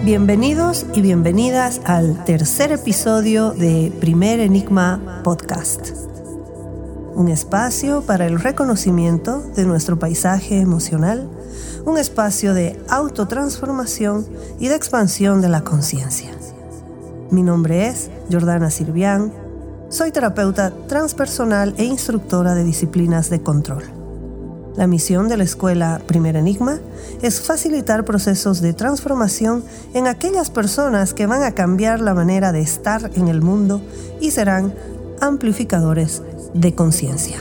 Bienvenidos y bienvenidas al tercer episodio de Primer Enigma Podcast. Un espacio para el reconocimiento de nuestro paisaje emocional, un espacio de autotransformación y de expansión de la conciencia. Mi nombre es Jordana Sirvián, soy terapeuta transpersonal e instructora de disciplinas de control. La misión de la escuela Primer Enigma es facilitar procesos de transformación en aquellas personas que van a cambiar la manera de estar en el mundo y serán amplificadores de conciencia.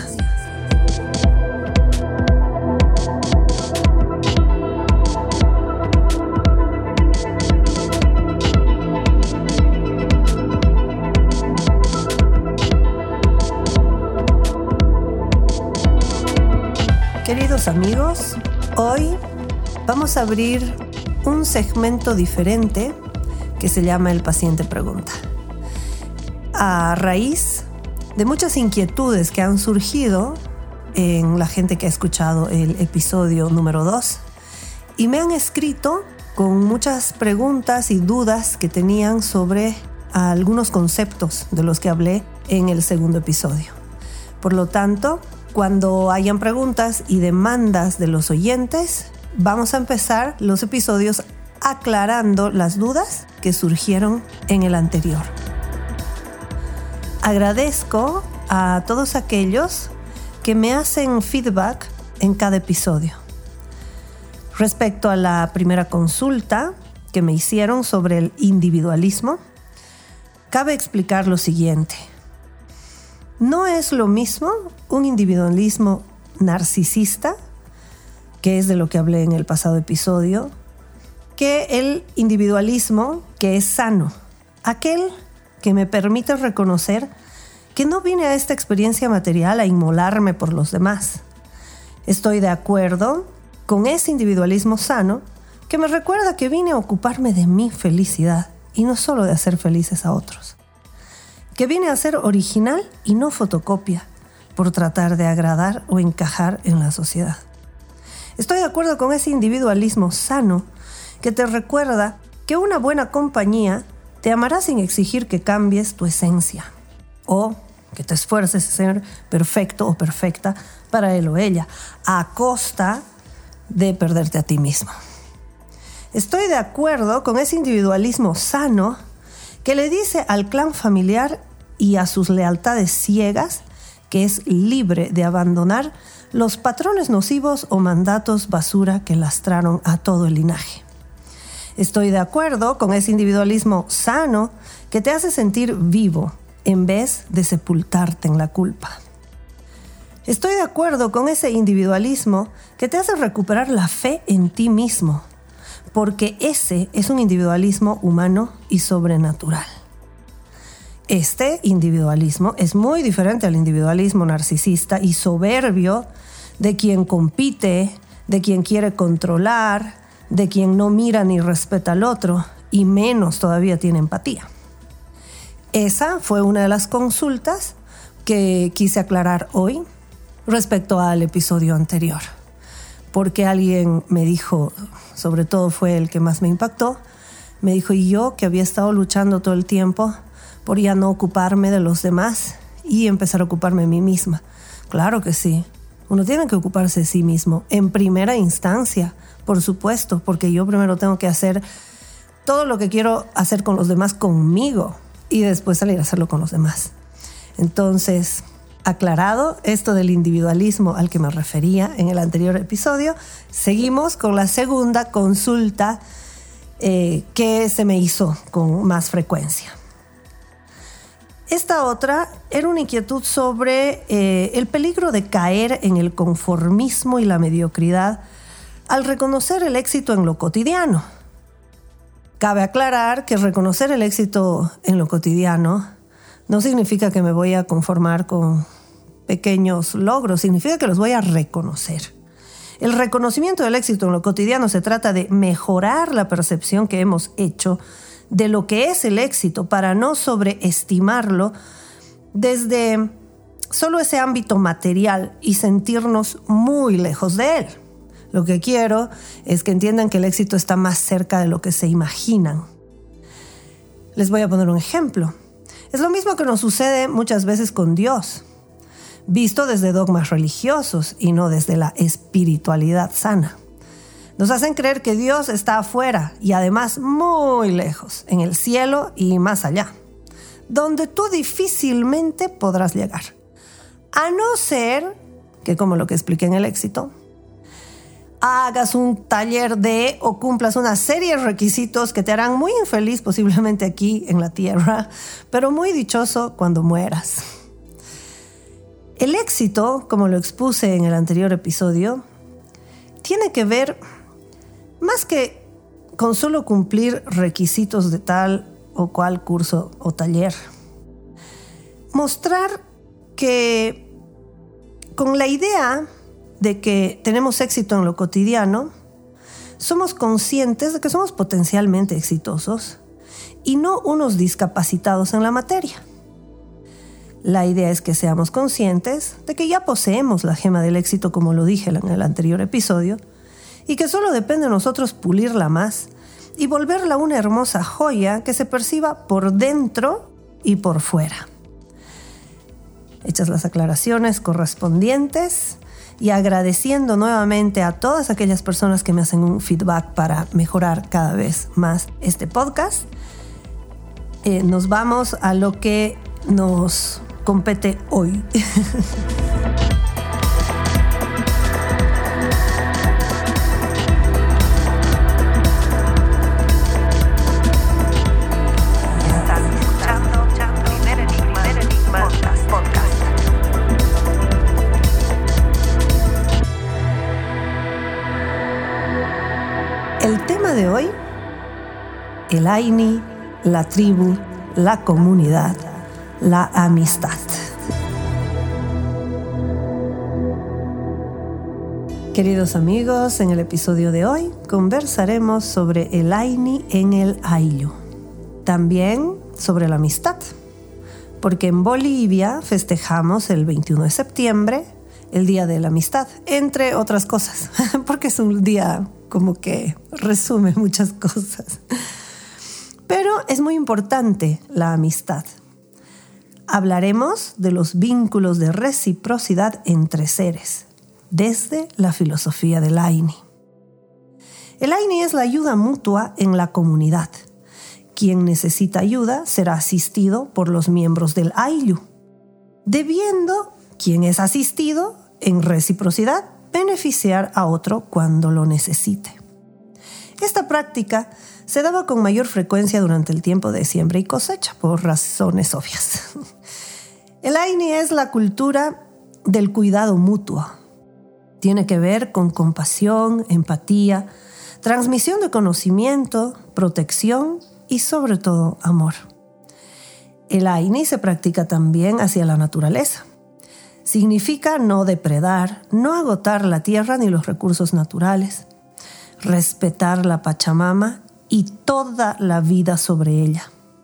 Queridos amigos, hoy vamos a abrir un segmento diferente que se llama El Paciente Pregunta. A raíz de muchas inquietudes que han surgido en la gente que ha escuchado el episodio número 2 y me han escrito con muchas preguntas y dudas que tenían sobre algunos conceptos de los que hablé en el segundo episodio. Por lo tanto, cuando hayan preguntas y demandas de los oyentes, vamos a empezar los episodios aclarando las dudas que surgieron en el anterior. Agradezco a todos aquellos que me hacen feedback en cada episodio. Respecto a la primera consulta que me hicieron sobre el individualismo, cabe explicar lo siguiente. No es lo mismo un individualismo narcisista, que es de lo que hablé en el pasado episodio, que el individualismo que es sano, aquel que me permite reconocer que no vine a esta experiencia material a inmolarme por los demás. Estoy de acuerdo con ese individualismo sano que me recuerda que vine a ocuparme de mi felicidad y no solo de hacer felices a otros. Que vine a ser original y no fotocopia por tratar de agradar o encajar en la sociedad. Estoy de acuerdo con ese individualismo sano que te recuerda que una buena compañía te amará sin exigir que cambies tu esencia o que te esfuerces a ser perfecto o perfecta para él o ella a costa de perderte a ti mismo. Estoy de acuerdo con ese individualismo sano que le dice al clan familiar y a sus lealtades ciegas que es libre de abandonar los patrones nocivos o mandatos basura que lastraron a todo el linaje. Estoy de acuerdo con ese individualismo sano que te hace sentir vivo en vez de sepultarte en la culpa. Estoy de acuerdo con ese individualismo que te hace recuperar la fe en ti mismo, porque ese es un individualismo humano y sobrenatural. Este individualismo es muy diferente al individualismo narcisista y soberbio de quien compite, de quien quiere controlar, de quien no mira ni respeta al otro y menos todavía tiene empatía. Esa fue una de las consultas que quise aclarar hoy respecto al episodio anterior, porque alguien me dijo, sobre todo fue el que más me impactó, me dijo, y yo que había estado luchando todo el tiempo por ya no ocuparme de los demás y empezar a ocuparme de mí misma. Claro que sí, uno tiene que ocuparse de sí mismo en primera instancia, por supuesto, porque yo primero tengo que hacer todo lo que quiero hacer con los demás conmigo y después salir a hacerlo con los demás. Entonces, aclarado esto del individualismo al que me refería en el anterior episodio, seguimos con la segunda consulta que se me hizo con más frecuencia. Esta otra era una inquietud sobre el peligro de caer en el conformismo y la mediocridad al reconocer el éxito en lo cotidiano. Cabe aclarar que reconocer el éxito en lo cotidiano no significa que me voy a conformar con pequeños logros, significa que los voy a reconocer. El reconocimiento del éxito en lo cotidiano se trata de mejorar la percepción que hemos hecho de lo que es el éxito para no sobreestimarlo desde solo ese ámbito material y sentirnos muy lejos de él. Lo que quiero es que entiendan que el éxito está más cerca de lo que se imaginan. Les voy a poner un ejemplo. Es lo mismo que nos sucede muchas veces con Dios, visto desde dogmas religiosos y no desde la espiritualidad sana. Nos hacen creer que Dios está afuera y además muy lejos, en el cielo y más allá, donde tú difícilmente podrás llegar. A no ser que, como lo que expliqué en el éxito, hagas un taller o cumplas una serie de requisitos que te harán muy infeliz posiblemente aquí en la tierra, pero muy dichoso cuando mueras. El éxito, como lo expuse en el anterior episodio, tiene que ver más que con solo cumplir requisitos de tal o cual curso o taller. Mostrar que con la idea de que tenemos éxito en lo cotidiano, somos conscientes de que somos potencialmente exitosos y no unos discapacitados en la materia. La idea es que seamos conscientes de que ya poseemos la gema del éxito, como lo dije en el anterior episodio, y que solo depende de nosotros pulirla más y volverla una hermosa joya que se perciba por dentro y por fuera. Hechas las aclaraciones correspondientes y agradeciendo nuevamente a todas aquellas personas que me hacen un feedback para mejorar cada vez más este podcast, nos vamos a lo que nos compete hoy. El tema de hoy, el Aini, la tribu, la comunidad, la amistad. Queridos amigos, en el episodio de hoy conversaremos sobre el Aini en el Ayllu. También sobre la amistad, porque en Bolivia festejamos el 21 de septiembre, el Día de la Amistad, entre otras cosas, porque es un día como que resume muchas cosas. Pero es muy importante la amistad. Hablaremos de los vínculos de reciprocidad entre seres, desde la filosofía del Aini. El Aini es la ayuda mutua en la comunidad. Quien necesita ayuda será asistido por los miembros del Ayllu, debiendo quien es asistido en reciprocidad beneficiar a otro cuando lo necesite. Esta práctica se daba con mayor frecuencia durante el tiempo de siembra y cosecha, por razones obvias. El Aini es la cultura del cuidado mutuo. Tiene que ver con compasión, empatía, transmisión de conocimiento, protección y sobre todo amor. El Aini se practica también hacia la naturaleza. Significa no depredar, no agotar la tierra ni los recursos naturales, respetar la Pachamama y toda la vida sobre ella.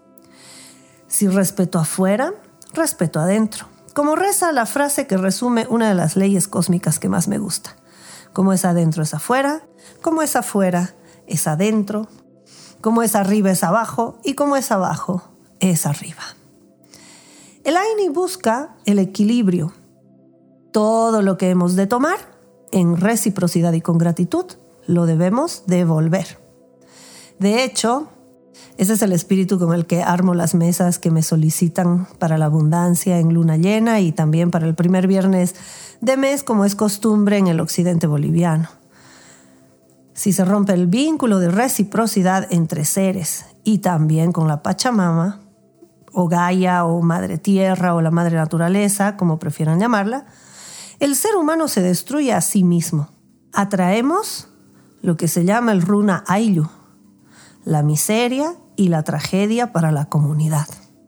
Si respeto afuera, respeto adentro. Como reza la frase que resume una de las leyes cósmicas que más me gusta. Como es adentro es afuera, como es afuera es adentro, como es arriba es abajo y como es abajo es arriba. El Aini busca el equilibrio. Todo lo que hemos de tomar, en reciprocidad y con gratitud, lo debemos devolver. De hecho, ese es el espíritu con el que armo las mesas que me solicitan para la abundancia en luna llena y también para el primer viernes de mes, como es costumbre en el occidente boliviano. Si se rompe el vínculo de reciprocidad entre seres y también con la Pachamama, o Gaia, o Madre Tierra, o la Madre Naturaleza, como prefieran llamarla, el ser humano se destruye a sí mismo. Atraemos lo que se llama el Runa Ayllu, la miseria y la tragedia para la comunidad.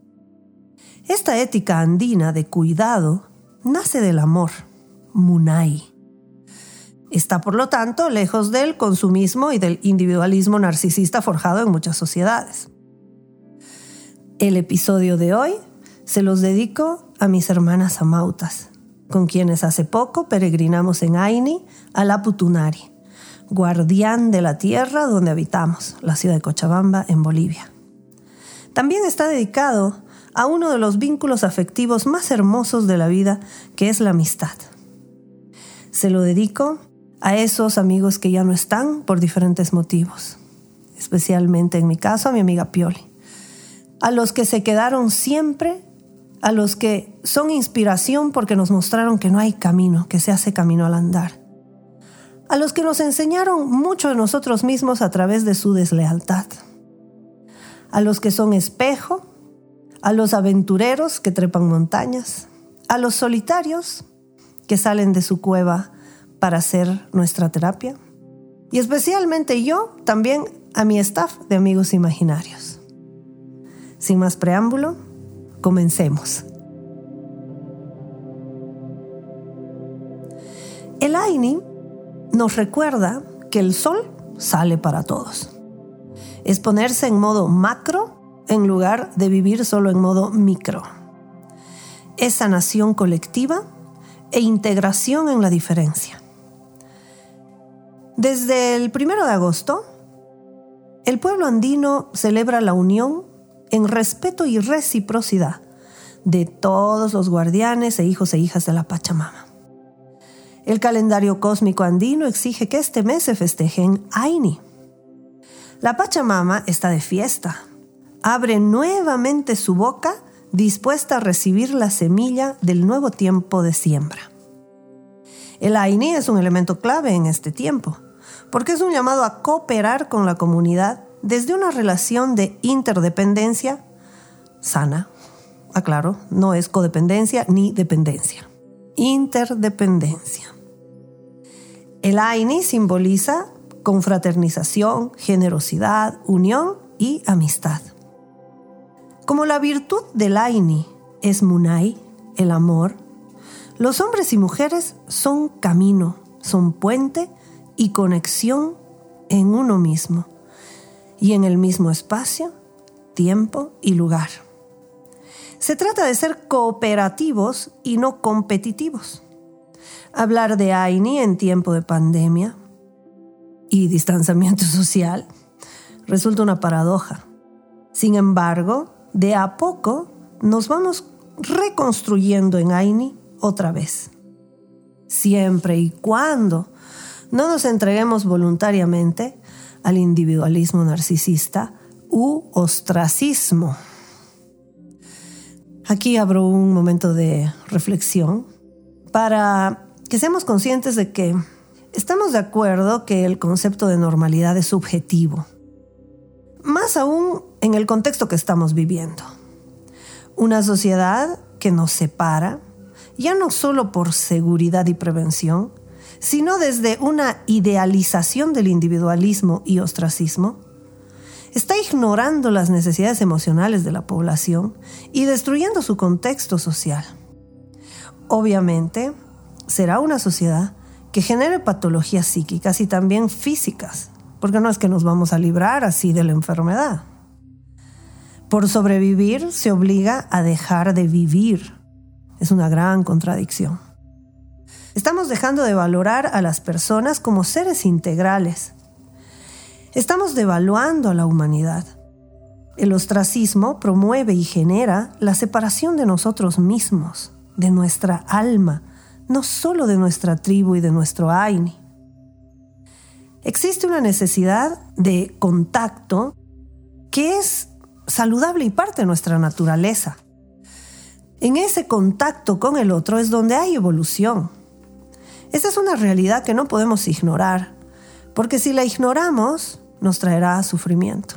Esta ética andina de cuidado nace del amor, Munai. Está, por lo tanto, lejos del consumismo y del individualismo narcisista forjado en muchas sociedades. El episodio de hoy se los dedico a mis hermanas amautas, con quienes hace poco peregrinamos en Aini a la Putunari, guardián de la tierra donde habitamos, la ciudad de Cochabamba, en Bolivia. También está dedicado a uno de los vínculos afectivos más hermosos de la vida, que es la amistad. Se lo dedico a esos amigos que ya no están por diferentes motivos, especialmente en mi caso a mi amiga Pioli, a los que se quedaron siempre, a los que son inspiración porque nos mostraron que no hay camino, que se hace camino al andar, a los que nos enseñaron mucho de nosotros mismos a través de su deslealtad, a los que son espejo, a los aventureros que trepan montañas, a los solitarios que salen de su cueva para hacer nuestra terapia, y especialmente yo también a mi staff de amigos imaginarios. Sin más preámbulo, comencemos. El Aini nos recuerda que el sol sale para todos. Es ponerse en modo macro en lugar de vivir solo en modo micro. Es sanación colectiva e integración en la diferencia. Desde el 1 de agosto, el pueblo andino celebra la unión en respeto y reciprocidad de todos los guardianes e hijos e hijas de la Pachamama. El calendario cósmico andino exige que este mes se festeje en Aini. La Pachamama está de fiesta. Abre nuevamente su boca, dispuesta a recibir la semilla del nuevo tiempo de siembra. El Aini es un elemento clave en este tiempo, porque es un llamado a cooperar con la comunidad desde una relación de interdependencia sana. Aclaro, no es codependencia ni dependencia. Interdependencia. El Aini simboliza confraternización, generosidad, unión y amistad. Como la virtud del Aini es Munay, el amor, los hombres y mujeres son camino, son puente y conexión en uno mismo y en el mismo espacio, tiempo y lugar. Se trata de ser cooperativos y no competitivos. Hablar de Aini en tiempo de pandemia y distanciamiento social resulta una paradoja. Sin embargo, de a poco nos vamos reconstruyendo en Aini otra vez. Siempre y cuando no nos entreguemos voluntariamente al individualismo narcisista u ostracismo. Aquí abro un momento de reflexión para que seamos conscientes de que estamos de acuerdo que el concepto de normalidad es subjetivo. Más aún en el contexto que estamos viviendo. Una sociedad que nos separa, ya no solo por seguridad y prevención, sino desde una idealización del individualismo y ostracismo, está ignorando las necesidades emocionales de la población y destruyendo su contexto social. Obviamente, será una sociedad que genere patologías psíquicas y también físicas, porque no es que nos vamos a librar así de la enfermedad. Por sobrevivir se obliga a dejar de vivir. Es una gran contradicción. Estamos dejando de valorar a las personas como seres integrales. Estamos devaluando a la humanidad. El ostracismo promueve y genera la separación de nosotros mismos, de nuestra alma, no solo de nuestra tribu y de nuestro Aini. Existe una necesidad de contacto que es saludable y parte de nuestra naturaleza. En ese contacto con el otro es donde hay evolución. Esta es una realidad que no podemos ignorar, porque si la ignoramos, nos traerá sufrimiento.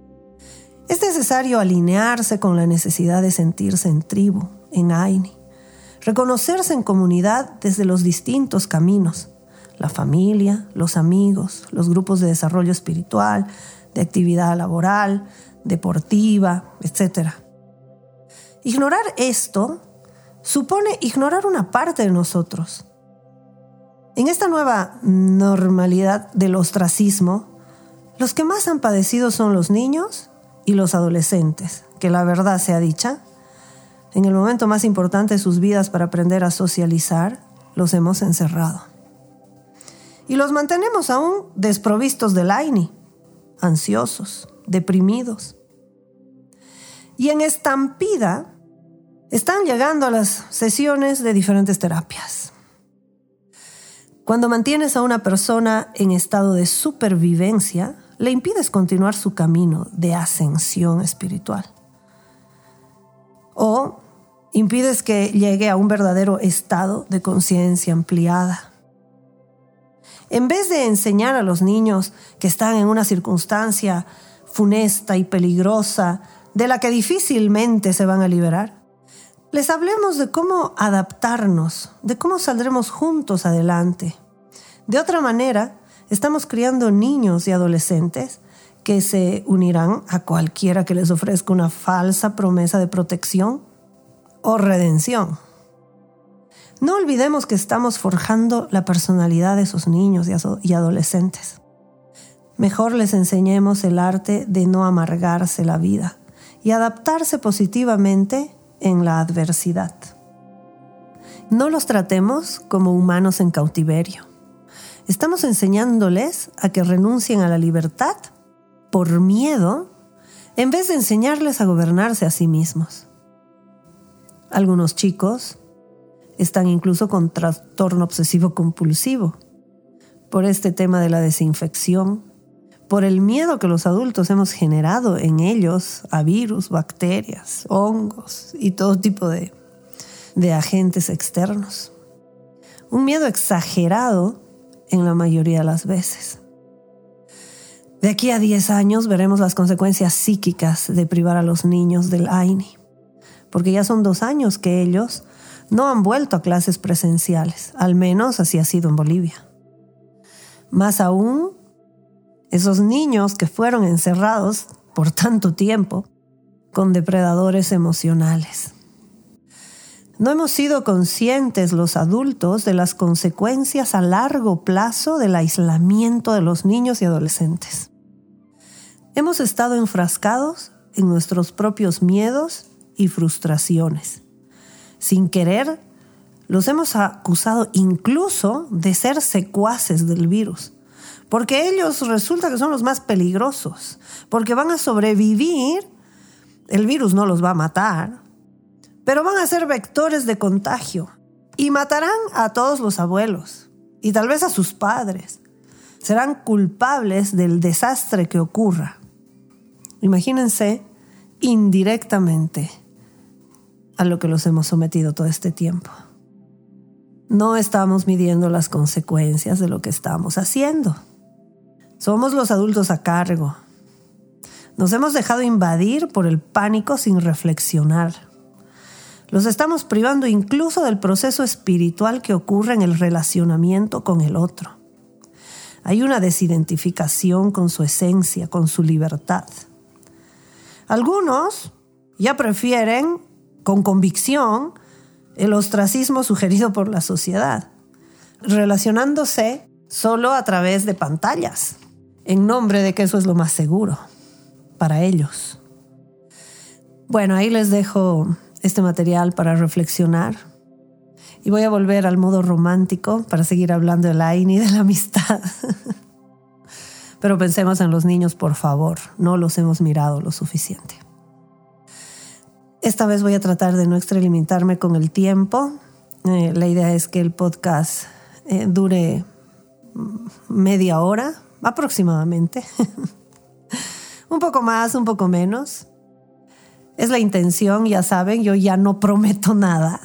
Es necesario alinearse con la necesidad de sentirse en tribu, en Aini, reconocerse en comunidad desde los distintos caminos, la familia, los amigos, los grupos de desarrollo espiritual, de actividad laboral, deportiva, etc. Ignorar esto supone ignorar una parte de nosotros. En esta nueva normalidad del ostracismo, los que más han padecido son los niños y los adolescentes, que la verdad sea dicha, en el momento más importante de sus vidas para aprender a socializar, los hemos encerrado. Y los mantenemos aún desprovistos del AINI, ansiosos, deprimidos. Y en estampida están llegando a las sesiones de diferentes terapias. Cuando mantienes a una persona en estado de supervivencia, le impides continuar su camino de ascensión espiritual. O impides que llegue a un verdadero estado de conciencia ampliada. En vez de enseñar a los niños que están en una circunstancia funesta y peligrosa, de la que difícilmente se van a liberar, les hablemos de cómo adaptarnos, de cómo saldremos juntos adelante. De otra manera, estamos criando niños y adolescentes que se unirán a cualquiera que les ofrezca una falsa promesa de protección o redención. No olvidemos que estamos forjando la personalidad de esos niños y adolescentes. Mejor les enseñemos el arte de no amargarse la vida y adaptarse positivamente en la adversidad. No los tratemos como humanos en cautiverio. Estamos enseñándoles a que renuncien a la libertad por miedo en vez de enseñarles a gobernarse a sí mismos. Algunos chicos están incluso con trastorno obsesivo compulsivo por este tema de la desinfección, por el miedo que los adultos hemos generado en ellos a virus, bacterias, hongos y todo tipo de agentes externos. Un miedo exagerado en la mayoría de las veces. De aquí a 10 años veremos las consecuencias psíquicas de privar a los niños del AINI, porque ya son 2 años que ellos no han vuelto a clases presenciales, al menos así ha sido en Bolivia. Más aún, esos niños que fueron encerrados por tanto tiempo con depredadores emocionales. No hemos sido conscientes los adultos de las consecuencias a largo plazo del aislamiento de los niños y adolescentes. Hemos estado enfrascados en nuestros propios miedos y frustraciones. Sin querer, los hemos acusado incluso de ser secuaces del virus, porque ellos resulta que son los más peligrosos, porque van a sobrevivir, el virus no los va a matar, pero van a ser vectores de contagio y matarán a todos los abuelos y tal vez a sus padres. Serán culpables del desastre que ocurra. Imagínense indirectamente a lo que los hemos sometido todo este tiempo. No estamos midiendo las consecuencias de lo que estamos haciendo. Somos los adultos a cargo. Nos hemos dejado invadir por el pánico sin reflexionar. Los estamos privando incluso del proceso espiritual que ocurre en el relacionamiento con el otro. Hay una desidentificación con su esencia, con su libertad. Algunos ya prefieren, con convicción, el ostracismo sugerido por la sociedad, relacionándose solo a través de pantallas, en nombre de que eso es lo más seguro para ellos. Bueno, ahí les dejo este material para reflexionar y voy a volver al modo romántico para seguir hablando del AINI y de la amistad. Pero pensemos en los niños, por favor, no los hemos mirado lo suficiente. Esta vez voy a tratar de no extralimitarme con el tiempo. La idea es que el podcast dure media hora aproximadamente. Un poco más, un poco menos. Es la intención, ya saben, yo ya no prometo nada.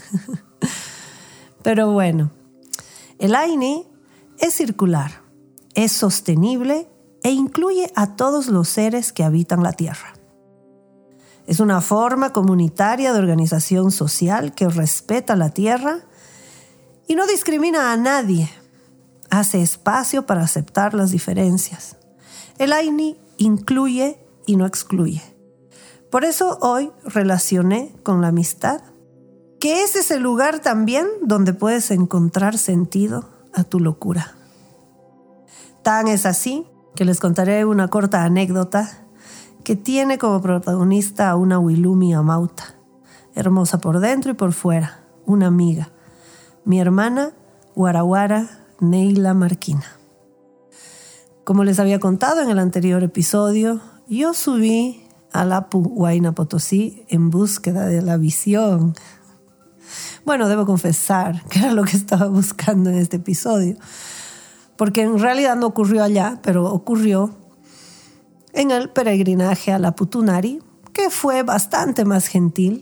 Pero bueno, el AINI es circular, es sostenible e incluye a todos los seres que habitan la Tierra. Es una forma comunitaria de organización social que respeta la Tierra y no discrimina a nadie. Hace espacio para aceptar las diferencias. El AINI incluye y no excluye. Por eso hoy relacioné con la amistad, que es ese lugar también donde puedes encontrar sentido a tu locura. Tan es así que les contaré una corta anécdota que tiene como protagonista a una Wilumi Amauta, hermosa por dentro y por fuera, una amiga, mi hermana Guaraguara Neila Marquina. Como les había contado en el anterior episodio, yo subí al Apu Huayna Potosí en búsqueda de la visión. Bueno, debo confesar que era lo que estaba buscando en este episodio, porque en realidad no ocurrió allá, pero ocurrió en el peregrinaje al Apu Tunari, que fue bastante más gentil.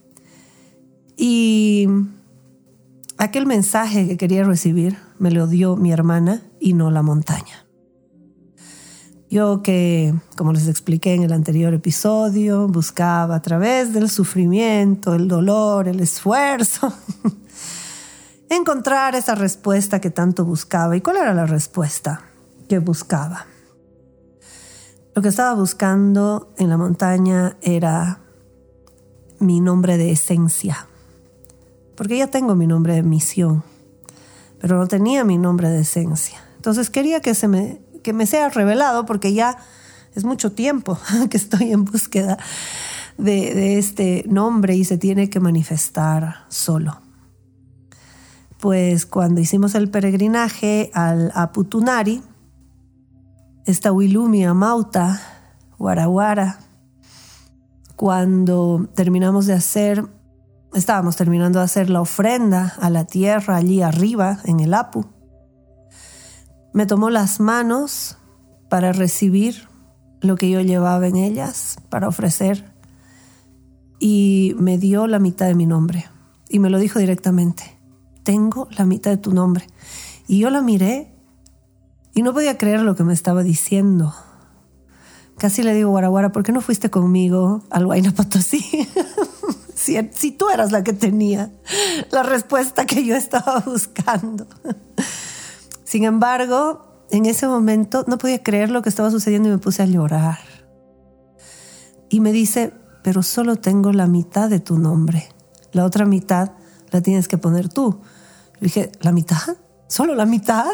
Y aquel mensaje que quería recibir me lo dio mi hermana y no la montaña. Yo que, como les expliqué en el anterior episodio, buscaba a través del sufrimiento, el dolor, el esfuerzo, encontrar esa respuesta que tanto buscaba. ¿Y cuál era la respuesta que buscaba? Lo que estaba buscando en la montaña era mi nombre de esencia, porque ya tengo mi nombre de misión, pero no tenía mi nombre de esencia. Entonces quería que me sea revelado, porque ya es mucho tiempo que estoy en búsqueda de este nombre y se tiene que manifestar solo. Pues cuando hicimos el peregrinaje al Apu Tunari, esta Wilumi Amauta, Guaraguara, cuando estábamos terminando de hacer la ofrenda a la tierra allí arriba en el Apu, me tomó las manos para recibir lo que yo llevaba en ellas, para ofrecer, y me dio la mitad de mi nombre. Y me lo dijo directamente: tengo la mitad de tu nombre. Y yo la miré y no podía creer lo que me estaba diciendo. Casi le digo: Guaraguara, ¿por qué no fuiste conmigo al Huayna Potosí? si tú eras la que tenía la respuesta que yo estaba buscando. Sin embargo, en ese momento no podía creer lo que estaba sucediendo y me puse a llorar. Y me dice: pero solo tengo la mitad de tu nombre. La otra mitad la tienes que poner tú. Le dije: ¿la mitad? ¿Solo la mitad?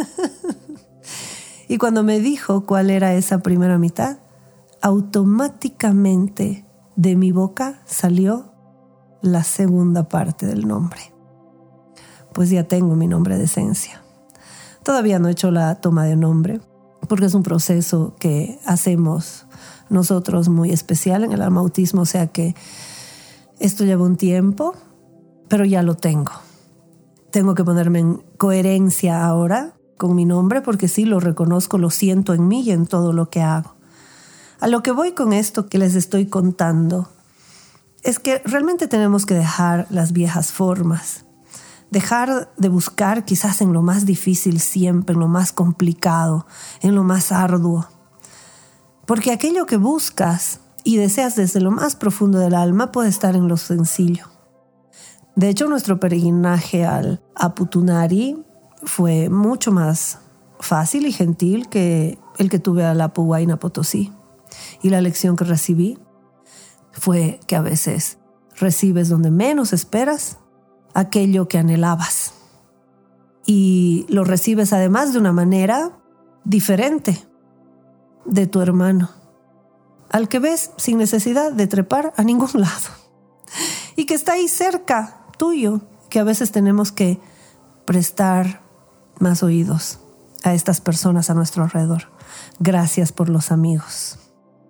Y cuando me dijo cuál era esa primera mitad, automáticamente de mi boca salió la segunda parte del nombre. Pues ya tengo mi nombre de esencia. Todavía no he hecho la toma de nombre, porque es un proceso que hacemos nosotros muy especial en el almautismo, o sea que esto lleva un tiempo, pero ya lo tengo. Tengo que ponerme en coherencia ahora con mi nombre, porque sí lo reconozco, lo siento en mí y en todo lo que hago. A lo que voy con esto que les estoy contando es que realmente tenemos que dejar las viejas formas, dejar de buscar quizás en lo más difícil siempre, en lo más complicado, en lo más arduo. Porque aquello que buscas y deseas desde lo más profundo del alma puede estar en lo sencillo. De hecho, nuestro peregrinaje al Apu Tunari fue mucho más fácil y gentil que el que tuve al Apu Huayna Potosí. Y la lección que recibí fue que a veces recibes donde menos esperas aquello que anhelabas. Y lo recibes además de una manera diferente de tu hermano, al que ves sin necesidad de trepar a ningún lado. Y que está ahí cerca tuyo, que a veces tenemos que prestar más oídos a estas personas a nuestro alrededor. Gracias por los amigos.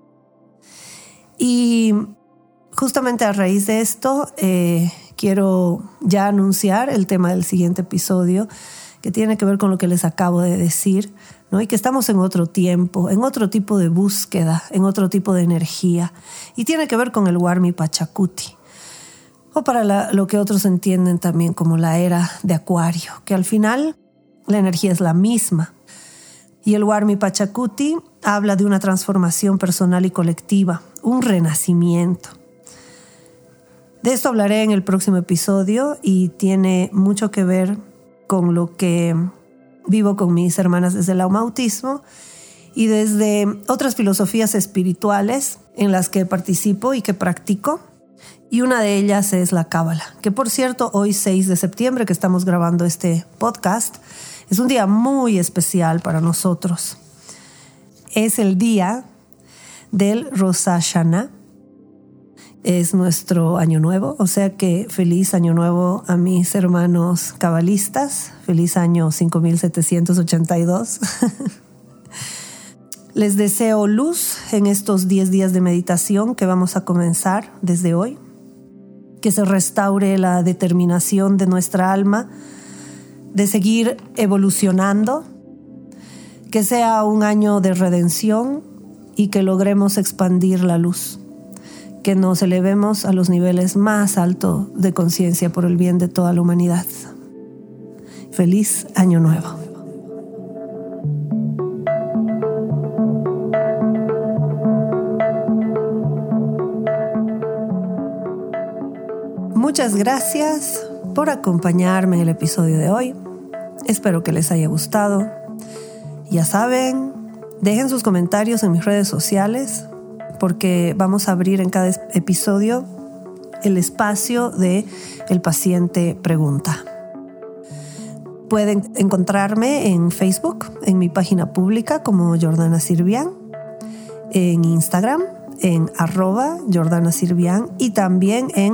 Y justamente a raíz de esto, quiero ya anunciar el tema del siguiente episodio, que tiene que ver con lo que les acabo de decir, ¿no? Y que estamos en otro tiempo, en otro tipo de búsqueda, en otro tipo de energía. Y tiene que ver con el Warmi Pachacuti, o para lo que otros entienden también como la era de Acuario, que al final la energía es la misma. Y el Warmi Pachacuti habla de una transformación personal y colectiva, un renacimiento. De esto hablaré en el próximo episodio y tiene mucho que ver con lo que vivo con mis hermanas desde el almautismo y desde otras filosofías espirituales en las que participo y que practico. Y una de ellas es la Cábala, que por cierto, hoy 6 de septiembre que estamos grabando este podcast, es un día muy especial para nosotros. Es el día del Rosh Hashanah. es nuestro año nuevo, o sea que feliz año nuevo a mis hermanos cabalistas, feliz año 5782. Les deseo luz en estos 10 días de meditación que vamos a comenzar desde hoy, que se restaure la determinación de nuestra alma de seguir evolucionando, que sea un año de redención y que logremos expandir la luz, que nos elevemos a los niveles más altos de conciencia por el bien de toda la humanidad. Feliz Año Nuevo. Muchas gracias por acompañarme en el episodio de hoy. Espero que les haya gustado. Ya saben, dejen sus comentarios en mis redes sociales porque vamos a abrir en cada episodio el espacio de El Paciente Pregunta. Pueden encontrarme en Facebook, en mi página pública como Jordana Sirvián, en Instagram, en @JordanaSirvián y también en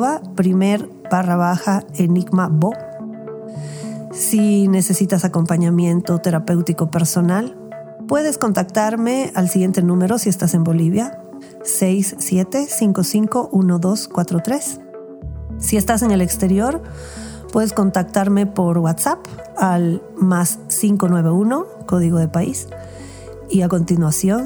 @primer_enigmabo. Si necesitas acompañamiento terapéutico personal, puedes contactarme al siguiente número si estás en Bolivia, 67551243. Si estás en el exterior, puedes contactarme por WhatsApp al +591, código de país, y a continuación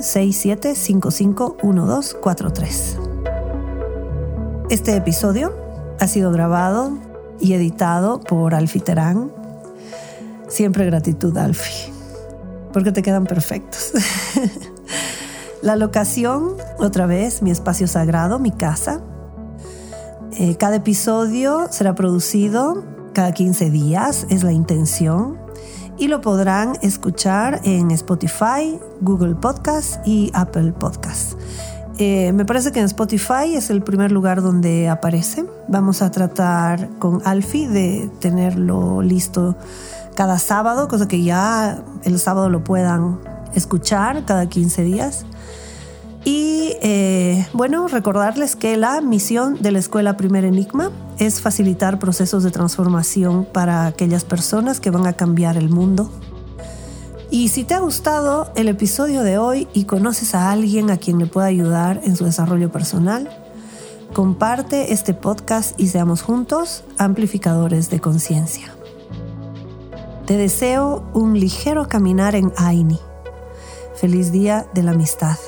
67551243. Este episodio ha sido grabado y editado por Alfie Terán. Siempre gratitud, Alfie, porque te quedan perfectos. La locación, otra vez, mi espacio sagrado, mi casa. Cada episodio será producido cada 15 días, es la intención. Y lo podrán escuchar en Spotify, Google Podcast y Apple Podcast. Me parece que en Spotify es el primer lugar donde aparece. Vamos a tratar con Alfie de tenerlo listo cada sábado, cosa que ya el sábado lo puedan escuchar cada 15 días. Y recordarles que la misión de la Escuela Primer Enigma es facilitar procesos de transformación para aquellas personas que van a cambiar el mundo. Y si te ha gustado el episodio de hoy y conoces a alguien a quien le pueda ayudar en su desarrollo personal, comparte este podcast y seamos juntos amplificadores de conciencia. Te deseo un ligero caminar en Aini. Feliz Día de la Amistad.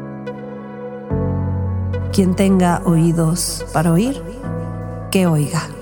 Quien tenga oídos para oír, que oiga.